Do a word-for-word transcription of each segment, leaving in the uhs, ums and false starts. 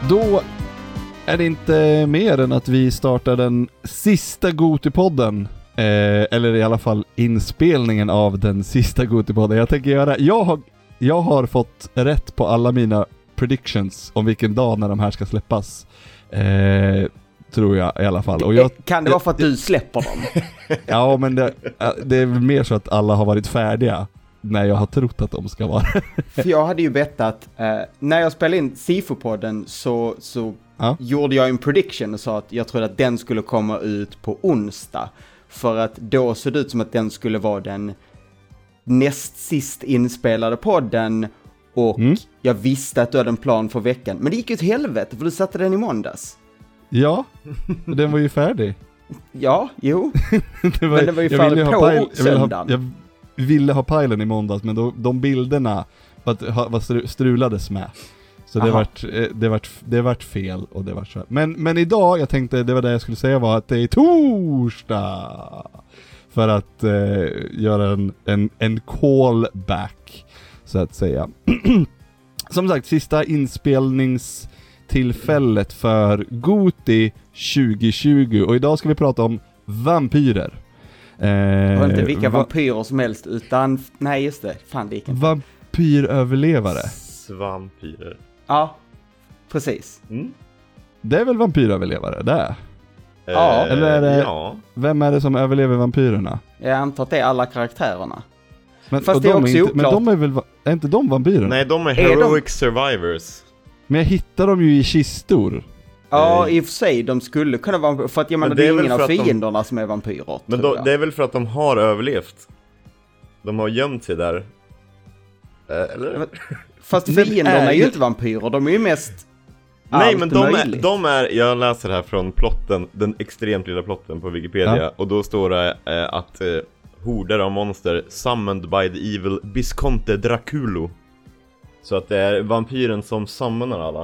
Då är det inte mer än att vi startar den sista Gotipodden. Eh, eller i alla fall inspelningen av den sista Gotipodden. Jag tänker göra... Jag har, jag har fått rätt på alla mina predictions om vilken dag när de här ska släppas. Eh, tror jag i alla fall. Och jag, kan det vara för att du släpper dem? Ja, men det, det är väl mer så att alla har varit färdiga när jag har trott att de ska vara. För jag hade ju bettat, eh, när jag spelade in Sifo-podden så, så ja. gjorde jag en prediction och sa att jag trodde att den skulle komma ut på onsdag. För att då såg det ut som att den skulle vara den näst sist inspelade podden. Och mm. jag visste att du hade en plan för veckan. Men det gick ju till helvete för du satte den i måndags. Ja, den var ju färdig. Ja, jo. det var, men den var ju färdig på pile, söndagen. Jag, jag ville ha pilen i måndags, men då, de bilderna var, var strulades med. Så det vart, det, vart, det vart fel och det vart så. Men, men idag, jag tänkte, det var det jag skulle säga var att det är torsdag. För att eh, göra en, en, en callback, så att säga. Som sagt, sista inspelningstillfället för Goti tjugo tjugo. Och idag ska vi prata om vampyrer. Eh, och inte vilka va- vampyrer som helst, utan... Nej, just det. Fan, det gick inte. Vampyröverlevare. Vampyrer. Ja, precis. Mm. Det är väl vampyröverlevare, det är. Ja. Eller är det, ja. Vem är det som överlever vampyrerna? Jag antar att det är alla karaktärerna. Men, Fast och det är de också är inte, oklart. Men de är väl, är inte de vampyrer? Nej, de är är heroic de... survivors. Men jag hittar dem ju i kistor. Ja, i och för sig, de skulle kunna vara... För att jag menar, det är ingen av fienderna de... som är vampyrer. Men då, det är väl för att de har överlevt. De har gömt sig där. Eller? Fast fienderna är ju inte vampyrer, de är ju mest... Nej, men de är, de är... Jag läser här från plotten, den extremt lilla plotten på Wikipedia. Ja. Och då står det eh, att... Eh, horder av monster summoned by the evil Visconte Draculo. Så att det är vampyren som summonar alla.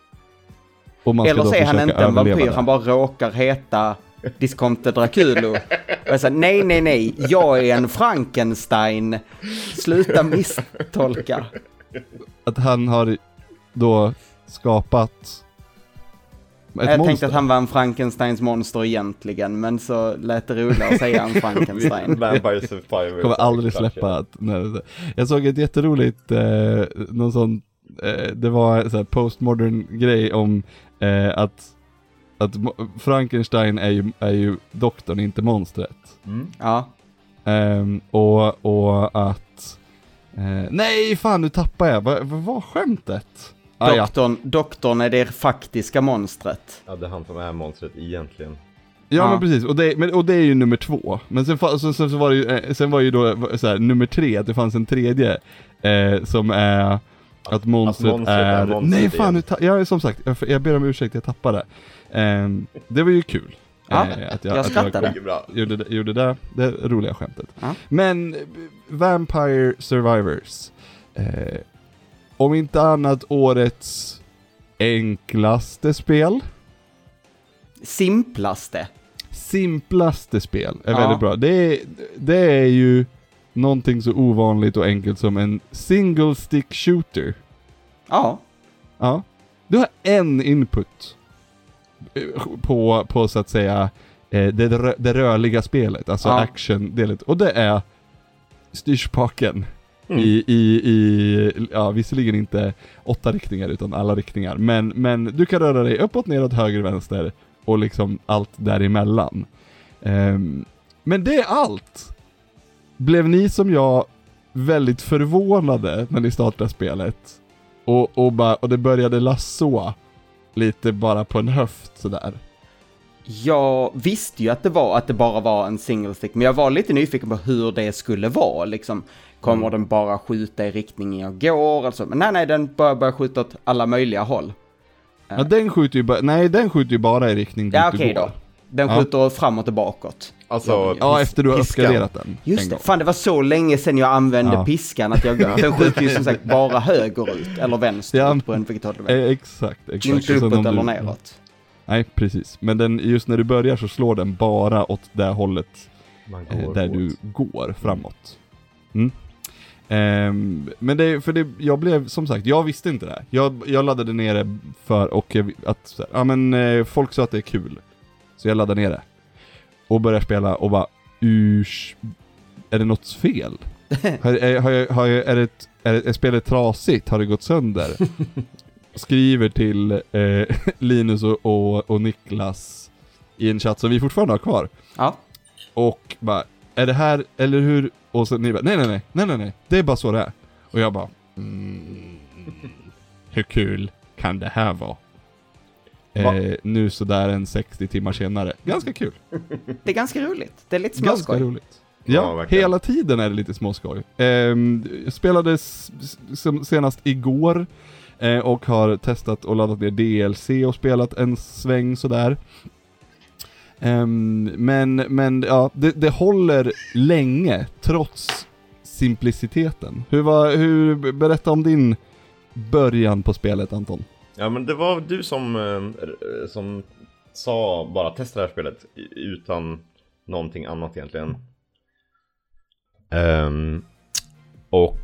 Eller så är han inte en vampyr, han bara råkar heta Visconte Draculo. Och jag säger, nej, nej, nej, jag är en Frankenstein. Sluta misstolka. Att han har då skapat ett jag monster. tänkte att han var en Frankensteins monster egentligen, men så lät det roligt att säga en Frankenstein. Vampire Survivor. Kommer aldrig släppa att, nej, jag såg ett jätteroligt eh, någon sån eh, det var så här postmodern grej om eh, att att Frankenstein är ju, är ju doktorn, inte monstret. Mm. Ja. Um, och, och att eh, nej, fan, nu tappar jag. Vad va, var skämtet? Doktorn, ah, ja. doktorn är det faktiska monstret. Ja, det är han som är monstret egentligen. Ja, ja. Men precis. Och det, men, och det är ju nummer två. Men sen, så, så, så var det ju, sen var ju då så här, nummer tre, att det fanns en tredje eh, som är att monstret, att monstret är... är monstret nej, fan, nu ta, ja, som sagt, jag, jag ber om ursäkt, jag tappade. Eh, det var ju kul. Ja, eh, att jag, jag skrattade. Att jag gjorde, det, gjorde det, det roliga skämtet. Ja. Men Vampire Survivors... Eh, om inte annat årets enklaste spel. Simplaste. Simplaste spel är ja. väldigt bra. Det är, det är ju någonting så ovanligt och enkelt som en single stick shooter. Ja. Ja. Du har en input på, på så att säga det, det rörliga spelet. Alltså ja. action-delet. Och det är styrspaken. Mm. I, i, i, ja, visserligen inte åtta riktningar utan alla riktningar. Men, men du kan röra dig uppåt, neråt, höger, vänster och liksom allt däremellan. Um, men det är allt. Blev ni som jag väldigt förvånade när ni startade spelet? Och, och, bara, och det började lasså lite bara på en höft sådär. Jag visste ju att det var att det bara var en single stick, men jag var lite nyfiken på hur det skulle vara liksom. Kommer mm. den bara skjuta i riktningen jag går? Alltså, men nej, nej, den börjar bara skjuta åt alla möjliga håll. Ja, uh. den skjuter ju bara, nej, den skjuter ju bara i riktning dit ja, du okay går. Då. Den ja. skjuter framåt och bakåt. Alltså, ja, ja, efter du har uppgraderat den. Just det, fan det var så länge sedan jag använde ja. piskan att jag, den skjuter ju som sagt bara högerut eller vänster ja, ut på en vilket håll du vill. Exakt, exakt. Inte uppåt eller neråt. Nej, precis. Men den, just när du börjar så slår den bara åt det hållet eh, där du går framåt. Mm. Um, men det, för det, jag blev, som sagt, jag visste inte det. Jag, jag laddade ner det för, och att, ja men uh, folk sa att det är kul. Så jag laddade ner det. Och började spela och bara, usch, är det något fel? har, är, har, har, är, det, är, det, är spelet trasigt? Har det gått sönder? Skriver till uh, Linus och, och, och Niklas i en chatt som vi fortfarande har kvar. Ja. Och bara, är det här, eller hur? Och så ni bara, nej, nej, nej, nej, nej, nej, det är bara så det är. Och jag bara, mm, hur kul kan det här vara? Eh, nu så där en sextio timmar senare. Ganska kul. Det är ganska roligt. Det är lite småskoj. Ganska roligt. Ja, ja hela tiden är det lite småskoj. Eh, spelades senast igår eh, och har testat och laddat ner D L C och spelat en sväng sådär. Um, men men ja, det, det håller länge trots simpliciteten. Hur var, hur, berätta om din början på spelet, Anton. Ja, men det var du som eh, som sa bara testa det här spelet utan någonting annat egentligen. Um, och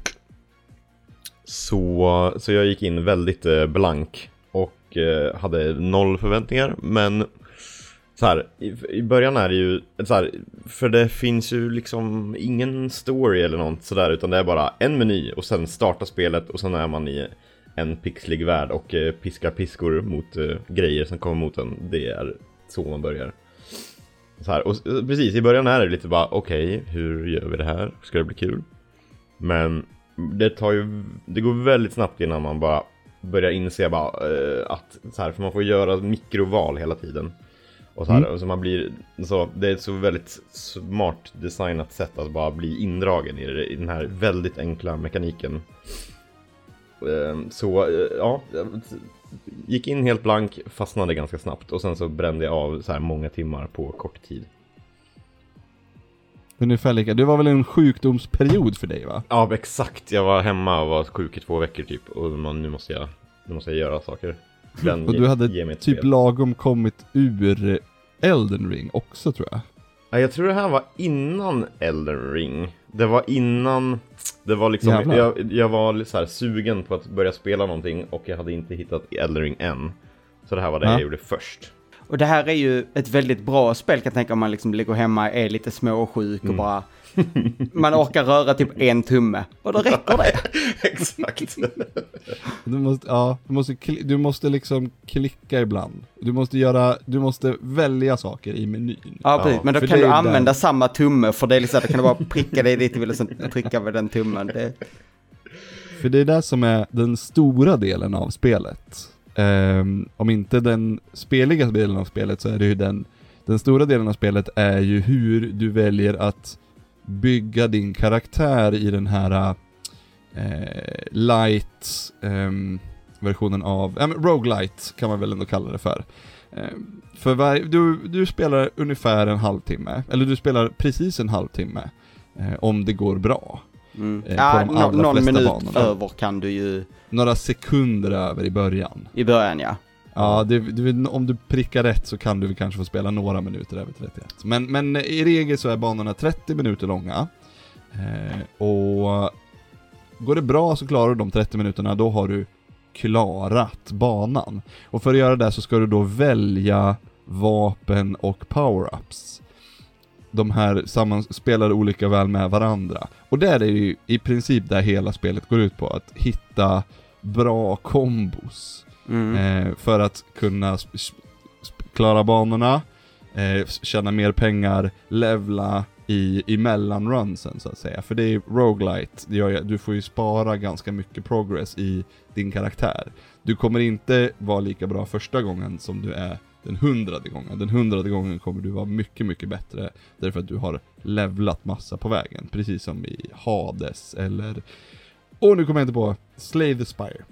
så, så jag gick in väldigt eh, blank och eh, hade noll förväntningar, men så här, i, i början är det ju så här, för det finns ju liksom ingen story eller något sådär, utan det är bara en meny och sen starta spelet och sen är man i en pixlig värld och eh, piskar piskor mot eh, grejer som kommer mot en. Det är så man börjar. Så här, och precis i början är det lite bara okej, okay, hur gör vi det här? Ska det bli kul? Men det tar ju, det går väldigt snabbt innan man bara börjar inse bara eh, att så här, för man får göra mikroval hela tiden. Och så här, mm. och så man blir så det är ett så väldigt smart designat sätt att bara bli indragen i, det, i den här väldigt enkla mekaniken. Så ja, gick in helt blank, fastnade ganska snabbt och sen så brände jag av så här många timmar på kort tid. Ungefär lika. Det var väl en sjukdomsperiod för dig, va? Ja, exakt. Jag var hemma och var sjuk i två veckor typ, och man, nu måste jag nu måste jag göra saker. Den och du hade typ spel. lagom kommit ur Elden Ring också, tror jag. Ja, jag tror det här var innan Elden Ring. Det var innan, det var liksom, jag, jag var så här sugen på att börja spela någonting och jag hade inte hittat Elden Ring än. Så det här var det ja. jag gjorde först. Och det här är ju ett väldigt bra spel, kan jag tänka, om man liksom ligger hemma, är lite småsjuk och mm. bara man orkar röra typ en tumme och då räcker det. Exakt. Du måste, ja, du måste, du måste liksom klicka ibland. Du måste göra, du måste välja saker i menyn. Ja, precis. Men då för kan du använda den samma tumme, för det är liksom, då kan du bara pricka dig dit och vill trycka med den tummen. Det... För det är det som är den stora delen av spelet. Um, om inte den speliga delen av spelet, så är det ju den den stora delen av spelet är ju hur du väljer att bygga din karaktär i den här eh, light eh, versionen av eh, roguelite kan man väl ändå kalla det för. Eh, för var, du, du spelar ungefär en halvtimme, eller du spelar precis en halvtimme eh, om det går bra. Mm. Eh, ja, no, någon minut banorna. Över kan du ju... Några sekunder över i början. I början, ja. Ja, det, det, om du prickar rätt så kan du kanske få spela några minuter över trettioett. Men, men i regel så är banorna trettio minuter långa. Eh, och går det bra så klarar du de trettio minuterna, då har du klarat banan. Och för att göra det så ska du då välja vapen och power-ups. De här sammanspelar olika väl med varandra. Och där är det ju i princip där hela spelet går ut på, att hitta bra kombos. Mm. Eh, för att kunna sp- sp- klara banorna, eh, tjäna mer pengar, levla i, i mellanrunsen så att säga. För det är roguelite, det gör, du får ju spara ganska mycket progress i din karaktär. Du kommer inte vara lika bra första gången som du är den hundrade gången. Den hundrade gången kommer du vara mycket, mycket bättre, därför att du har levlat massa på vägen. Precis som i Hades eller... Och nu kommer jag inte på Slay the Spire.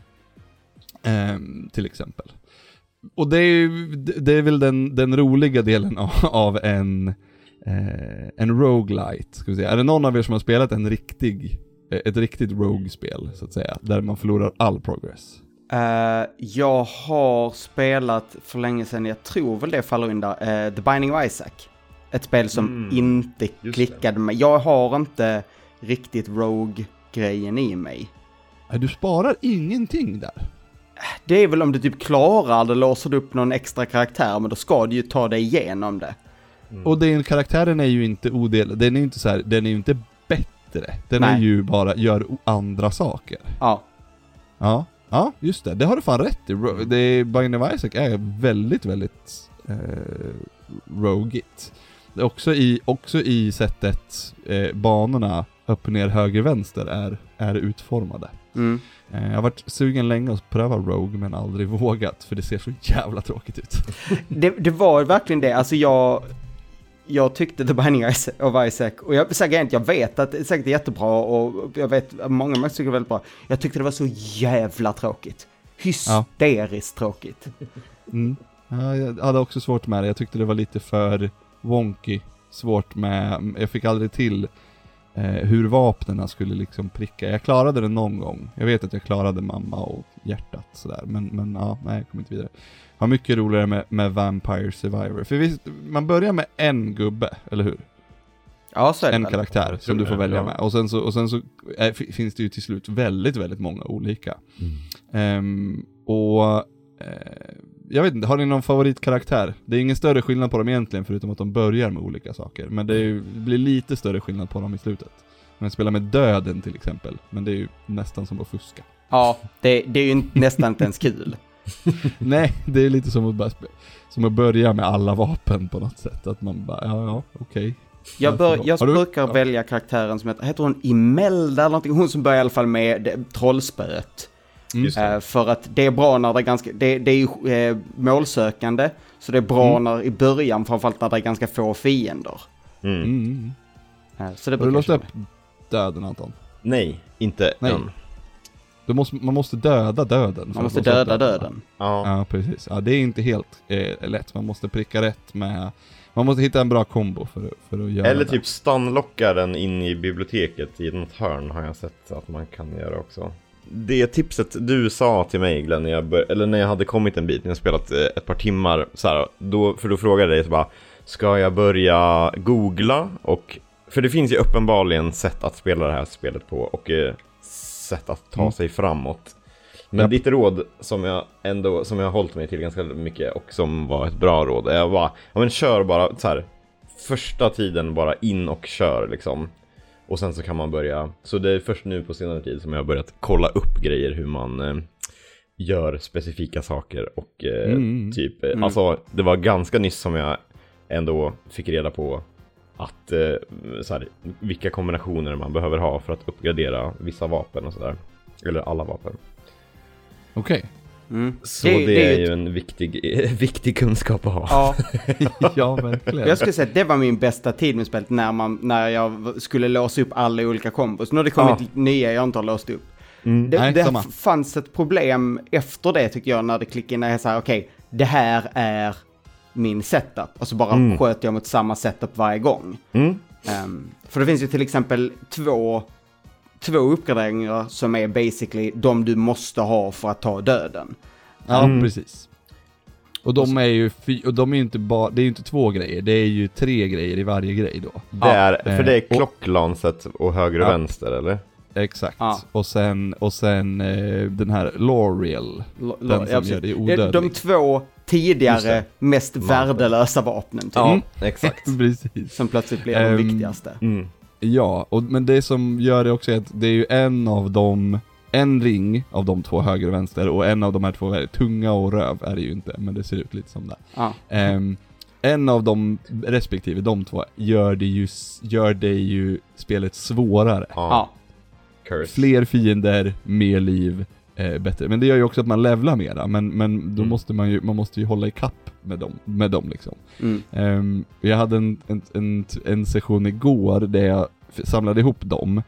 Um, till exempel. Och det är, det är väl den, den roliga delen av, av en eh, en roguelite, ska vi säga. Är det någon av er som har spelat en riktig ett riktigt rogue-spel, så att säga, där man förlorar all progress? Uh, jag har spelat för länge sedan, jag tror väl det faller in där, uh, The Binding of Isaac. Ett spel som mm, inte klickade med. Jag har inte riktigt rogue-grejen i mig. Du sparar ingenting där. Det är väl om du typ klarar det, låser du upp någon extra karaktär, men då ska du ju ta dig igenom det. Mm. Och den karaktären är ju inte odel, den är inte så här, den är ju inte bättre. Den Nej. är ju bara gör andra saker. Ja. Ja, ja, just det. Det har du fan rätt i. Det Binding of Isaac är väldigt väldigt eh, roguigt. Det är också i också i sättet eh, banorna upp ner höger vänster är är utformade. Mm. Eh, jag har varit sugen länge att pröva Rogue men aldrig vågat för det ser så jävla tråkigt ut. det, det var verkligen det. Alltså jag jag tyckte The Binding of Isaac, och jag, säkert, jag vet att det är säkert jättebra och jag vet att många människor tycker det är väldigt bra. Jag tyckte det var så jävla tråkigt. Hysteriskt ja. tråkigt. Mm. Ja, jag hade också svårt med det. Jag tyckte det var lite för wonky. Svårt med, jag fick aldrig till eh, hur vapnena skulle liksom pricka. Jag klarade det någon gång. Jag vet att jag klarade mamma och hjärtat sådär. Men, men ja, nej, jag kommer inte vidare. Har mycket roligare med, med Vampire Survivor. För visst, man börjar med en gubbe, eller hur? Ja, så är det en väl. Karaktär som du får välja ja. med. Och sen så, och sen så är, finns det ju till slut väldigt, väldigt många olika. Mm. Um, och uh, jag vet inte, har ni någon favoritkaraktär? Det är ingen större skillnad på dem egentligen förutom att de börjar med olika saker. Men det, är ju, det blir lite större skillnad på dem i slutet. Man spelar med döden till exempel. Men det är ju nästan som att fuska. Ja, det, det är ju nästan inte ens kul. Nej, det är lite som att, bara, som att börja med alla vapen på något sätt. Att man bara, ja, ja, okej. Okay. Jag, bör, jag brukar ja. välja karaktären som heter, heter hon Imelda eller någonting. Hon som börjar i alla fall med det, trollspöet. Mm. Uh, för att det är bra när det är ganska, det, det är ju eh, målsökande. Så det är bra mm. när, i början, framförallt när det är ganska få fiender. Mm. Mm. Uh, så det har du låst upp döden, Anton? Nej, inte Nej. än. Du måste, man måste döda döden. Man måste döda döden. Ja. ja, precis. Ja, det är inte helt eh, lätt. Man måste pricka rätt med... Man måste hitta en bra kombo för, för att göra Eller det. typ stunlocka den in i biblioteket i något hörn har jag sett att man kan göra också. Det tipset du sa till mig, Glenn, när jag, bör- eller när jag hade kommit en bit, när jag spelat eh, ett par timmar, så här, då, för då frågade jag dig så bara, ska jag börja googla? Och, för det finns ju uppenbarligen sätt att spela det här spelet på och eh, sätt att ta mm. sig framåt. Men yep. ditt råd som jag ändå som jag har hållit mig till ganska mycket och som var ett bra råd är bara, ja men kör bara så här första tiden bara in och kör liksom. Och sen så kan man börja, så det är först nu på senare tid som jag har börjat kolla upp grejer hur man eh, gör specifika saker och eh, mm. typ, mm. alltså det var ganska nyss som jag ändå fick reda på att eh, så här, vilka kombinationer man behöver ha för att uppgradera vissa vapen och sådär. Eller alla vapen. Okej. Okay. Mm. Så det, det, det är, är ju ett... en viktig, viktig kunskap att ha. Ja, ja verkligen. Jag skulle säga att det var min bästa tid med spelet när, man, när jag skulle låsa upp alla olika kombos. Nu har det kommit ja. nya jag inte har låst upp. Mm. Det, Nej, det fanns ett problem efter det tycker jag när det klickade in. När jag sa okej, okay, det här är min setup. Och så bara mm. sköt jag mot samma setup varje gång. Mm. Um, för det finns ju till exempel två... två uppgraderingar som är basically de du måste ha för att ta döden. Ja, mm. precis. Och de är ju fy- och de är ju inte bara, det är ju inte två grejer, det är ju tre grejer i varje grej då. Det är, för det är klocklanset och höger och ja. vänster, eller? Exakt. Ja. Och sen och sen eh, den här L'Oreal, L- den som gör det odödlig. De två tidigare mest Man. värdelösa vapnen. Typ. Ja, exakt. Precis. Som plötsligt blir de um, viktigaste. Mm. Ja, och, men det som gör det också är att det är ju en av dem, en ring av de två höger och vänster och en av de här två är tunga och röv är det ju inte, men det ser ut lite som det. Ja. Um, en av dem respektive de två gör det ju, gör det ju spelet svårare. Ja. Curse. Fler fiender, mer liv, eh, bättre. Men det gör ju också att man levlar mera, men, men då mm. måste man ju man måste ju hålla i kapp med dem, med dem liksom. Mm. Um, jag hade en, en, en, en session igår där jag samlade ihop dem,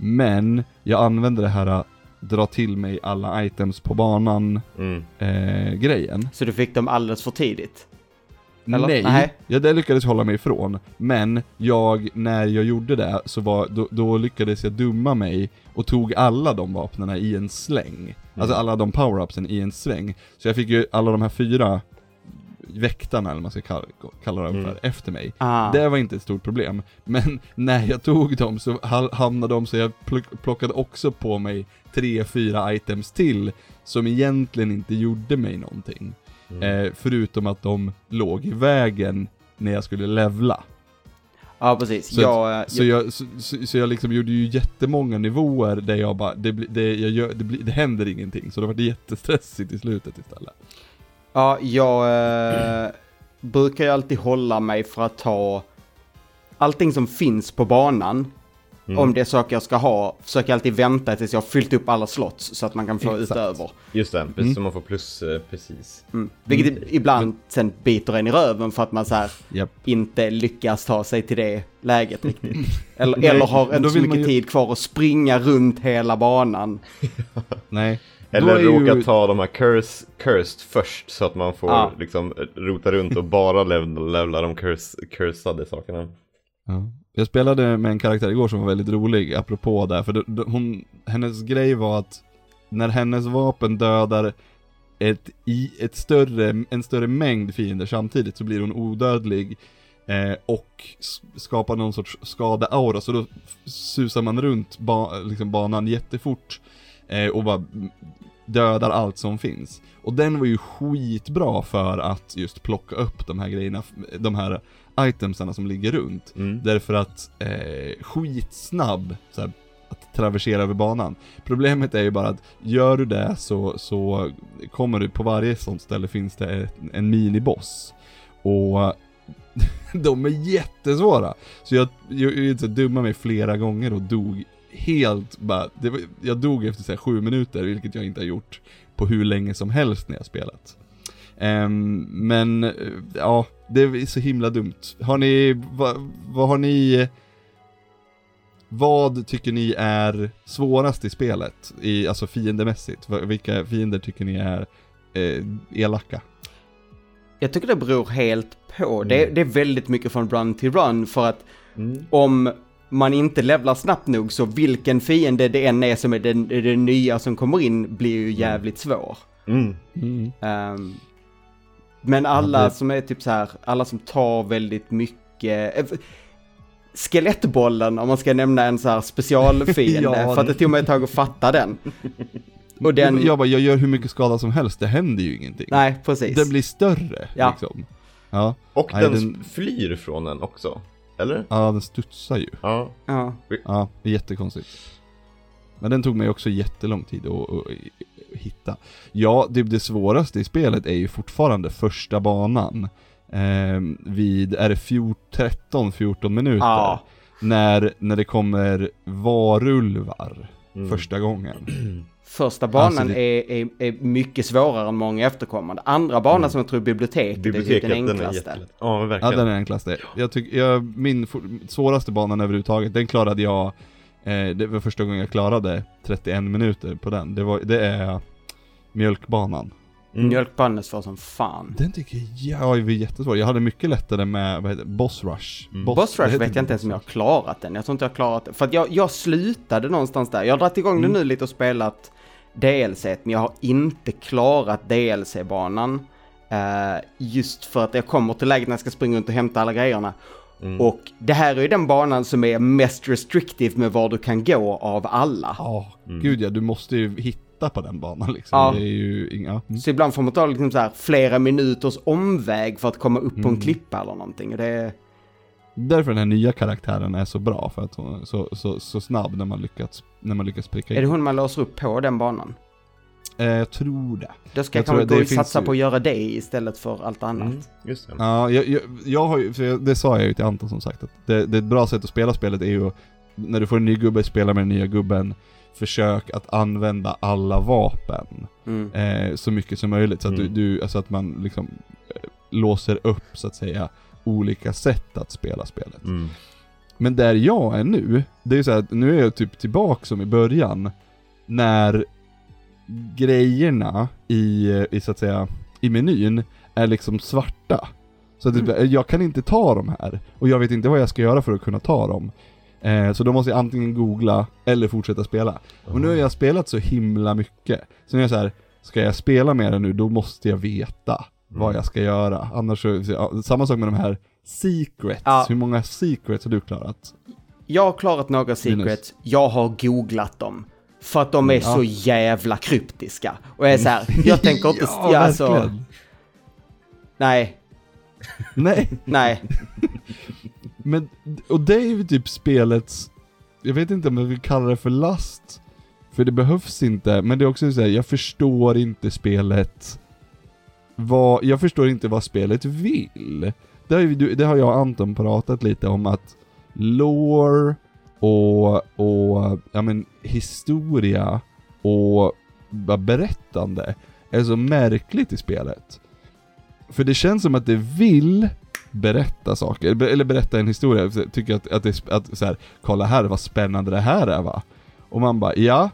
men jag använde det här dra till mig alla items på banan mm. eh, grejen. Så du fick dem alldeles för tidigt? Eller? Nej, Nej. Ja, det lyckades hålla mig ifrån. Men jag, när jag gjorde det så var, då, då lyckades jag dumma mig och tog alla de vapnena i en släng. Mm. Alltså alla de power-upsen i en sväng. Så jag fick ju alla de här fyra väktarna, eller man ska kalla, kalla dem för, mm. efter mig. Ah. Det var inte ett stort problem. Men när jag tog dem så hamnade de så jag plock, plockade också på mig tre, fyra items till som egentligen inte gjorde mig någonting. Mm. Eh, förutom att de låg i vägen när jag skulle levla. Ja, precis. Så, jag, så, jag, jag, så, så, så jag liksom gjorde ju jättemånga nivåer där jag bara, det, det, jag gör, det, det händer ingenting. Så det var jättestressigt i slutet istället. Ja, jag eh, brukar ju alltid hålla mig för att ta allting som finns på banan. Mm. Om det är saker jag ska ha, försöker jag alltid vänta tills jag har fyllt upp alla slots så att man kan få Exakt. utöver. Just det, precis mm. så man får plus eh, precis. Mm. Vilket mm. ibland Men... sen biter en i röven för att man så här yep. inte lyckas ta sig till det läget riktigt. Eller, Nej, eller har inte så mycket ju... tid kvar att springa runt hela banan. Nej. Eller råka ju... ta de här curse, cursed först så att man får ja. liksom rota runt och bara levla, levla de curse, cursade sakerna. Ja. Jag spelade med en karaktär igår som var väldigt rolig, apropå där, för det, det, hon, hennes grej var att när hennes vapen dödar ett, i, ett större, en större mängd fiender samtidigt så blir hon odödlig eh, och skapar någon sorts skadeaura, så då susar man runt ba, liksom banan jättefort eh, och bara dödar allt som finns. Och den var ju skitbra för att just plocka upp de här grejerna, de här itemsarna som ligger runt. Mm. Därför att eh, skitsnabb så här, att traversera över banan. Problemet är ju bara att gör du det så, så kommer du på varje sånt ställe finns det en, en miniboss. Och de är jättesvåra. Så jag, jag, jag, jag dummade mig flera gånger och dog helt bara, det var, jag dog efter så här, sju minuter, vilket jag inte har gjort på hur länge som helst när jag spelat. Um, men ja, det är så himla dumt. Har ni, vad, vad har ni, vad tycker ni är svårast i spelet, i, alltså fiendemässigt? Vilka fiender tycker ni är eh, elaka? Jag tycker det beror helt på. Mm. Det, det är väldigt mycket från run till run, för att mm. om man inte levlar snabbt nog så vilken fiende det än är som är den, den nya som kommer in blir ju jävligt svår. Mm. Mm. Um, men alla ja, det... som är typ så här, alla som tar väldigt mycket äh, skelettbollen, om man ska nämna en så här specialfiende, ja, för att det tog mig ett tag att fatta den. Och den... Jag bara, jag gör hur mycket skada som helst, det händer ju ingenting. Nej, precis. Den blir större, ja. liksom. Ja. Och Nej, den, den flyr från den också, eller? Ja, den studsar ju. Ja. Ja, ja det är jättekonstigt. Men den tog mig också jättelång tid att, att, att hitta. Ja, det, det svåraste i spelet är ju fortfarande första banan. Eh, vid, är det tretton fjorton minuter? Ja. När, när det kommer varulvar mm. första gången. Första banan alltså det... är, är, är mycket svårare än många efterkommande. Andra banan mm. som jag tror är biblioteket, biblioteket är typ den enklaste. Den är ja, verkligen. Ja, den är den enklaste. Jag tycker, jag, min for, svåraste banan överhuvudtaget, den klarade jag, eh, det var första gången jag klarade trettioen minuter på den. Det, var, det är mjölkbanan. Mm. Mjölkbanan är svår som fan. Den tycker jag är jättesvår. Jag hade mycket lättare med vad heter, Boss Rush. Mm. Boss, Boss Rush vet jag inte ens om jag har klarat den. Jag tror inte jag har klarat den. För att jag, jag slutade någonstans där. Jag har dragit igång mm. den nu lite och spelat D L C, men jag har inte klarat D L C-banan. Uh, just för att jag kommer till läget när jag ska springa runt och hämta alla grejerna. Mm. Och det här är ju den banan som är mest restrictive med var du kan gå av alla. Ja, oh, mm. gud ja, du måste ju hitta på den banan liksom. Ja. Det är ju inga... Mm. Så ibland får man ta liksom så här flera minuters omväg för att komma upp mm. på en klippa eller någonting. Och det är... Därför den här nya karaktären är så bra, för att hon är så, så, så snabb när man lyckats, när man lyckas pricka in. Är det hon man låser upp på den banan? Eh, jag tror det. Då ska jag, jag kanske gå och satsa ju... på att göra det istället för allt annat. Mm, just det. Ja, jag, jag, jag har ju, för jag, det sa jag ju till Anton som sagt, att det, det är ett bra sätt att spela spelet är ju, när du får en ny gubbe, spela med den nya gubben, försök att använda alla vapen mm. eh, så mycket som möjligt, så att mm. du, du, alltså att man liksom eh, låser upp så att säga olika sätt att spela spelet. Mm. Men där jag är nu, det är ju så att nu är jag typ tillbaka som i början, när grejerna i, i så att säga i menyn är liksom svarta. Så att mm. jag kan inte ta dem här, och jag vet inte vad jag ska göra för att kunna ta dem. Eh, så då måste jag antingen googla eller fortsätta spela. Mm. Och nu har jag spelat så himla mycket. Så nu är jag så här, ska jag spela med det nu, då måste jag veta vad jag ska göra. Annars så, ja, samma sak med de här secrets. Ja. Hur många secrets har du klarat? Jag har klarat några secrets. Jag har googlat dem. För att de är ja. så jävla kryptiska. Och jag är så här, jag tänker inte... ja, ja, alltså, nej. Nej. Nej. Men, och det är ju typ spelets... Jag vet inte om jag vill kalla det för last. För det behövs inte. Men det är också så här, jag förstår inte spelet... Vad, jag förstår inte vad spelet vill. Det har, ju, det har jag och Anton pratat lite om att lore och, och ja, men, historia och berättande är så märkligt i spelet. För det känns som att det vill berätta saker, eller berätta en historia. Jag tycker att, att, det, att så här, kolla här vad spännande det här är, va? Och man bara, ja.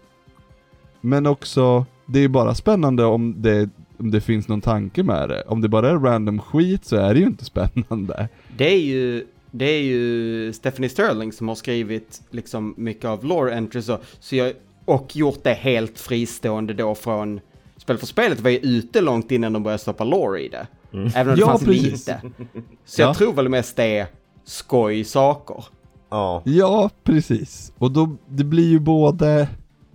Men också, det är bara spännande om det om det finns någon tanke med det. Om det bara är random skit så är det ju inte spännande. Det är ju, det är ju Stephanie Sterling som har skrivit liksom mycket av lore entries och, så jag, och gjort det helt fristående då från spel för spelet var ju ute långt innan de började stoppa lore i det. Mm. Även om det ja, fanns precis. lite. Så jag ja. tror väl mest det är skoj saker. Ja. Ja, precis. Och då, det blir ju både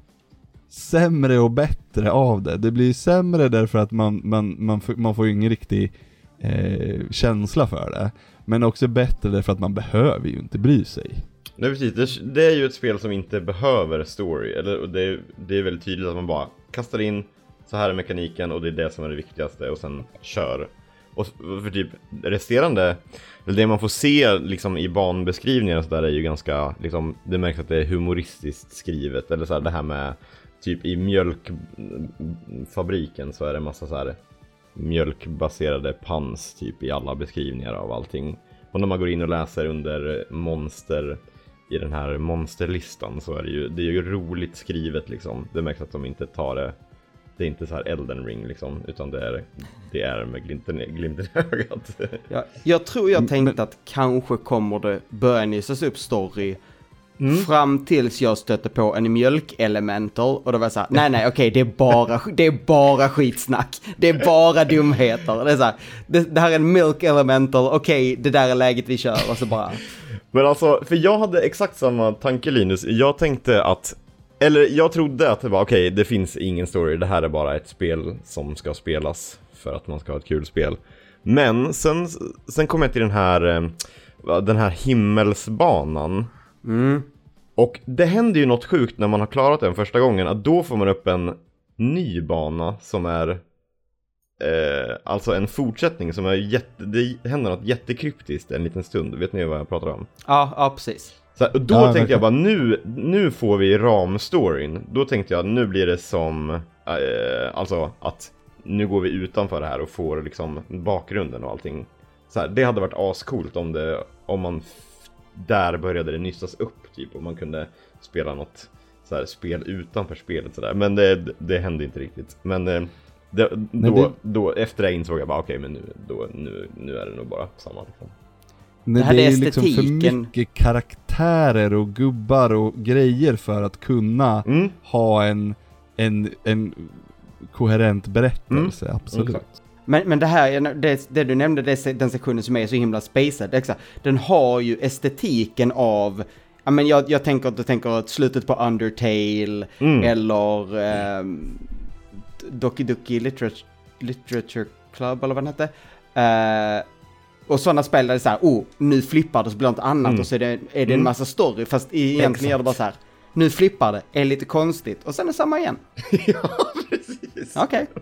sämre och bättre av det. Det blir sämre därför att man, man, man, får, man får ju ingen riktig eh, känsla för det. Men också bättre därför att man behöver ju inte bry sig. Nej, precis. Det, det är ju ett spel som inte behöver story. Eller, det, är, det är väldigt tydligt att man bara kastar in, så här är mekaniken och det är det som är det viktigaste och sen kör. Och för typ resterande, det man får se liksom i banbeskrivningar och så där är ju ganska, liksom, det märks att det är humoristiskt skrivet. Eller så här, det här med typ i mjölkfabriken så är det massa så här mjölkbaserade pans typ i alla beskrivningar av allting. Och när man går in och läser under monster i den här monsterlistan så är det ju, det är ju roligt skrivet liksom. Det märks att de inte tar det, det är inte så här Elden Ring liksom, utan det är, det är med glimten, glimten i ögat. Ja, jag tror jag tänkte att kanske kommer det börja nysas upp story mm. fram tills jag stötte på en mjölk-elemental och då var jag så här, nej nej okej, det är bara det är bara skitsnack. Det är bara dumheter. Det är så här, det, det här är en milk elemental. Okej, det där är läget vi kör och så bara. Men alltså, för jag hade exakt samma tanke, Linus. Jag tänkte att, eller jag trodde att det var okej, okay, det finns ingen story. Det här är bara ett spel som ska spelas för att man ska ha ett kul spel. Men sen, sen kom jag till den här den här himmelsbanan. Mm. Och det händer ju något sjukt när man har klarat den första gången, att då får man upp en ny bana som är eh, alltså en fortsättning som är jätte, det händer något jättekryptiskt en liten stund. Vet ni vad jag pratar om? Ja, ja precis. Så, och då ja, tänkte jag bara, nu, nu får vi ramstoryn. Då tänkte jag, nu blir det som eh, alltså att nu går vi utanför det här och får liksom bakgrunden och allting. Så här, det hade varit ascoolt om det, om man f- där började det nystas upp typ, och man kunde spela något så här, spel utanför spelet så där. Men det, det hände inte riktigt. Men eh, det, då, det... då efter det insåg jag bara okej, okay, men nu, då, nu, nu är det nog bara samma liksom. Nej, det, det är ju liksom för mycket karaktärer och gubbar och grejer för att kunna mm. ha en, en, en koherent berättelse, mm. absolut. Mm. Men, men det här, det, det du nämnde, det, den sektionen som är så himla spaced, den har ju estetiken av, ja, men jag, jag tänker att du tänker att slutet på Undertale mm. eller um, Doki Doki Literature, Literature Club eller vad den hette. Uh, och sådana spel där det är så här, oh, nu flippar det så blir det något annat mm. och så är det, är det en massa story, fast egentligen Exakt. Är det bara så här, nu flippar det, är lite konstigt och sen är det samma igen. Ja, precis. Okej. Okay.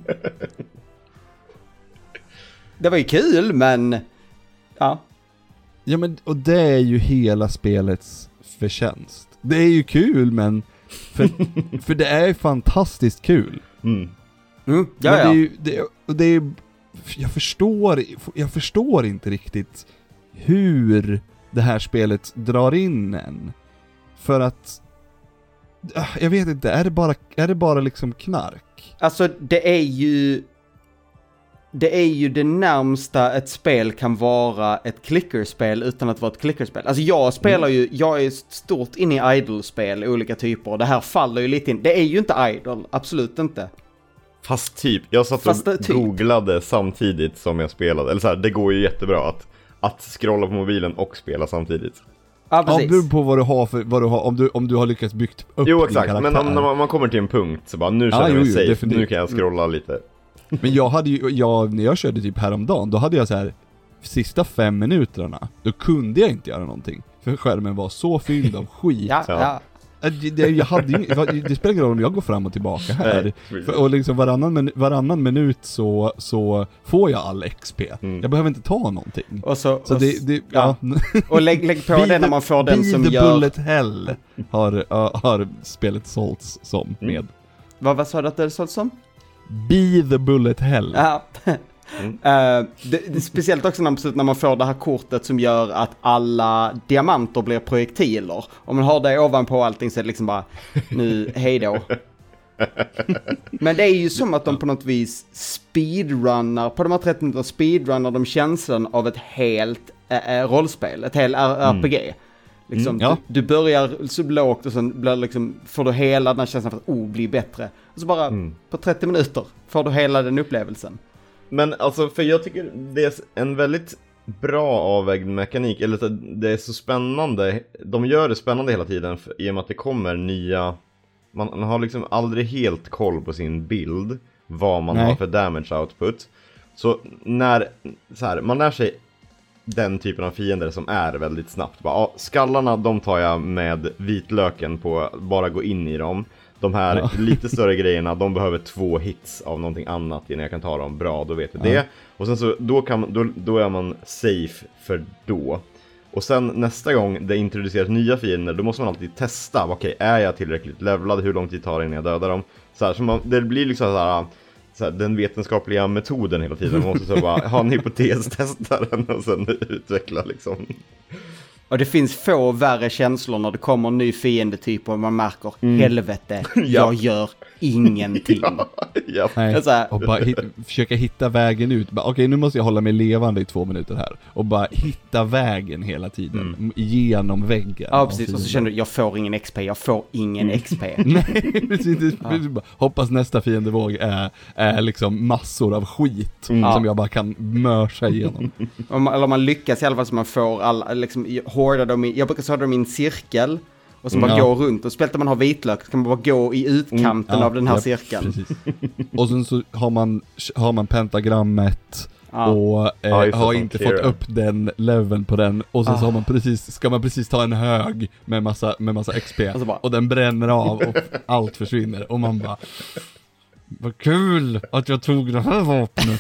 Det var ju kul, men ja. Ja, men och det är ju hela spelets förtjänst. Det är ju kul, men för, för det är fantastiskt kul. Mm. Mm, ja, men det ja. är ju, det, det är, jag förstår jag förstår inte riktigt hur det här spelet drar in en. För att jag vet inte, är det bara är det bara liksom knark? Alltså det är ju det är ju det närmsta ett spel kan vara ett klickerspel utan att vara ett klickerspel. Alltså jag spelar ju, jag är stort in i idle-spel, olika typer, och det här faller ju lite in. Det är ju inte idle, absolut inte. Fast typ, jag satt Fast och typ. googlade samtidigt som jag spelade. Eller så här, det går ju jättebra att, att scrolla på mobilen och spela samtidigt. Ja, precis. Ja, beror på vad du har för, vad du har, om du, om du har lyckats byggt upp Jo, exakt, men om, när man, man kommer till en punkt så bara, nu känner ja, jag mig safe, definitivt. Nu kan jag scrolla mm. lite. Men jag hade ju, jag, när jag körde typ häromdagen, då hade jag så här sista fem minuterna, då kunde jag inte göra någonting. För skärmen var så fylld av skit. ja, ja. Det, jag hade ju, det spelar ingen roll om jag går fram och tillbaka här. För, och liksom varannan, varannan minut så, så får jag all X P. Mm. Jag behöver inte ta någonting. Och så, så och, det, det, ja. Ja. Och lägg, lägg på det när man får den som the gör... Bullet Hell har, uh, har spelet sålts som med. Mm. Vad, vad sa du att det är sålt som? Be the Bullet Hell. Ja. Mm. Uh, det, det är speciellt också när, när man får det här kortet som gör att alla diamanter blir projektiler. Om man har det ovanpå allting så är det liksom bara, nu, hej då. Men det är ju som att de på något vis speedrunnar, på de här trettio minuter speedrunnar de känslan av ett helt äh, rollspel, ett helt R P G. Mm. Liksom, mm, ja. du, du börjar så lågt och sen blir liksom, får du hela den här känslan för att oh, bli bättre. Och så bara mm. på trettio minuter får du hela den upplevelsen. Men alltså, för jag tycker det är en väldigt bra avvägd mekanik, eller så det är så spännande, de gör det spännande hela tiden för, i och med att det kommer nya, man har liksom aldrig helt koll på sin bild, vad man Nej. har för damage output. Så när, så här, man lär sig den typen av fiender som är väldigt snabbt, bara, ja, skallarna de tar jag med vitlöken på, bara gå in i dem. De här ja. lite större grejerna, de behöver två hits av någonting annat innan jag kan ta dem. Bra, då vet jag ja. det. Och sen så, då, kan, då, då är man safe för då. Och sen nästa gång det introduceras nya fiender, då måste man alltid testa. Okej, okay, är jag tillräckligt levlad? Hur lång tid tar det innan jag dödar dem? Så här, så man, det blir liksom så här, så här, den vetenskapliga metoden hela tiden. Man måste så bara ha en hypotes, testa den och sen utveckla liksom. Och det finns få värre känslor när det kommer en ny fiendetyp och man märker, mm. helvete, ja. jag gör ingenting. ja, ja. Nej, och bara hit, försöka hitta vägen ut. Okej, okay, nu måste jag hålla mig levande i två minuter här. Och bara hitta vägen hela tiden. Mm. Genom väggen. Ja, precis. Och så känner du, jag får ingen X P, jag får ingen X P. Nej, precis. Ja. Hoppas nästa fiendevåg är, är liksom massor av skit. Mm. Som jag bara kan mörsa igenom. Om man, eller om man lyckas i alla fall så man får alla, liksom, hårda dem i, jag brukar säga dem i en cirkel. Och så bara ja. gå runt. Och speciellt om man har vitlök så kan man bara gå i utkanten mm, ja, av den här ja, cirkeln. Precis. Och sen så har man, har man pentagrammet ja. och eh, ja, har inte fått upp den leveln på den. Och sen ah. så har man precis, ska man precis ta en hög med massa, med massa X P. Och, bara, och den bränner av och allt försvinner. Och man bara, vad kul att jag tog det här vapnet.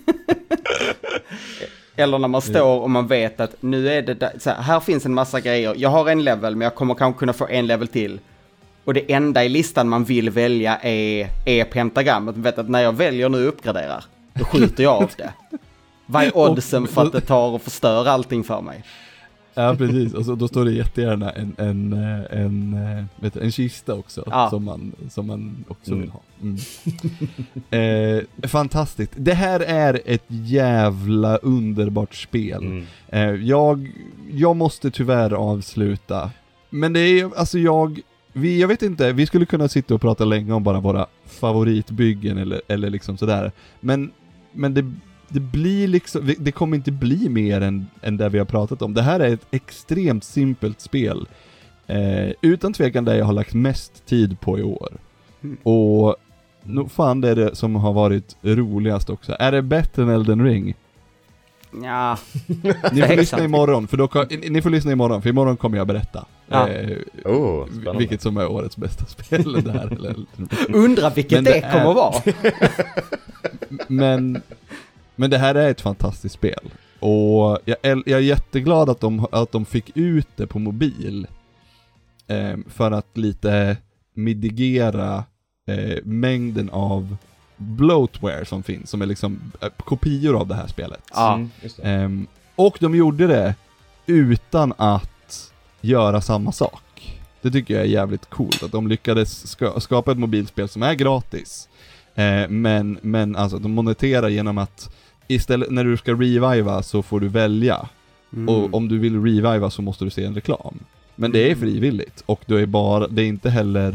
Eller när man står och man vet att nu är det där, så här, här finns en massa grejer. Jag har en level men jag kommer kanske kunna få en level till. Och det enda i listan man vill välja är, är pentagrammet. Man vet att när jag väljer nu uppgraderar, då skjuter jag av det. Vad är oddsen för att det tar och förstör allting för mig? Ja, precis. Och så, då står det jättegärna en, en, en, vet du, en kista också ja. som, man, som man också mm. vill ha. Mm. eh, fantastiskt. Det här är ett jävla underbart spel. Mm. Eh, jag, jag måste tyvärr avsluta. Men det är alltså jag... Vi, jag vet inte, vi skulle kunna sitta och prata länge om bara våra favoritbyggen eller, eller liksom sådär. Men, men det... Det blir liksom, det kommer inte bli mer än, än det vi har pratat om. Det här är ett extremt simpelt spel. Eh, utan tvekan det jag har lagt mest tid på i år. Mm. Och nog fan det är det som har varit roligast också. Är det bättre än Elden Ring? Ja. Ni får lyssna imorgon, för då kan, ni får lyssna imorgon, för imorgon kommer jag berätta. Ja. Eh, oh, vilket som är årets bästa spel det här. Eller, undra vilket det, det är... kommer vara. Men... Men det här är ett fantastiskt spel. Och jag är, jag är jätteglad att de, att de fick ut det på mobil. Eh, för att lite mitigera eh, mängden av bloatware som finns. Som är liksom eh, kopior av det här spelet. Ja, just det. Eh, och de gjorde det utan att göra samma sak. Det tycker jag är jävligt coolt. Att de lyckades ska, skapa ett mobilspel som är gratis. Eh, men, men alltså de moneterar genom att istället när du ska reviva så får du välja. Mm. Och om du vill reviva så måste du se en reklam. Men det är frivilligt och du är bara, det är inte heller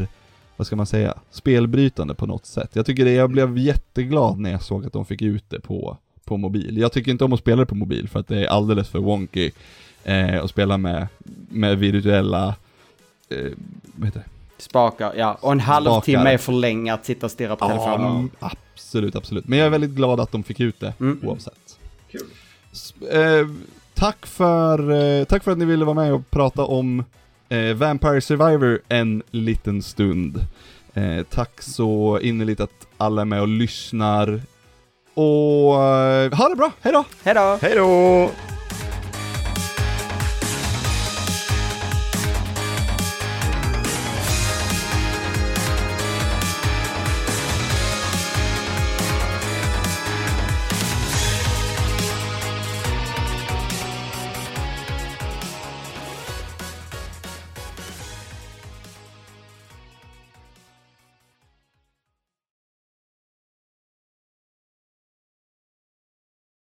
vad ska man säga, spelbrytande på något sätt. Jag tycker det, jag blev jätteglad när jag såg att de fick ut det på, på mobil. Jag tycker inte om att spela det på mobil för att det är alldeles för wonky eh, att spela med, med virtuella eh, vad heter det? Spakar, ja. Och en halvtimme är för länge att sitta och stirra på ja, telefonen. Absolut, absolut. Men jag är väldigt glad att de fick ut det mm. oavsett. Kul. Eh, tack, för, eh, tack för att ni ville vara med och prata om eh, Vampire Survivor en liten stund. Eh, tack så innerligt att alla är med och lyssnar. Och eh, ha det bra, hej då! Hej då! Hej då!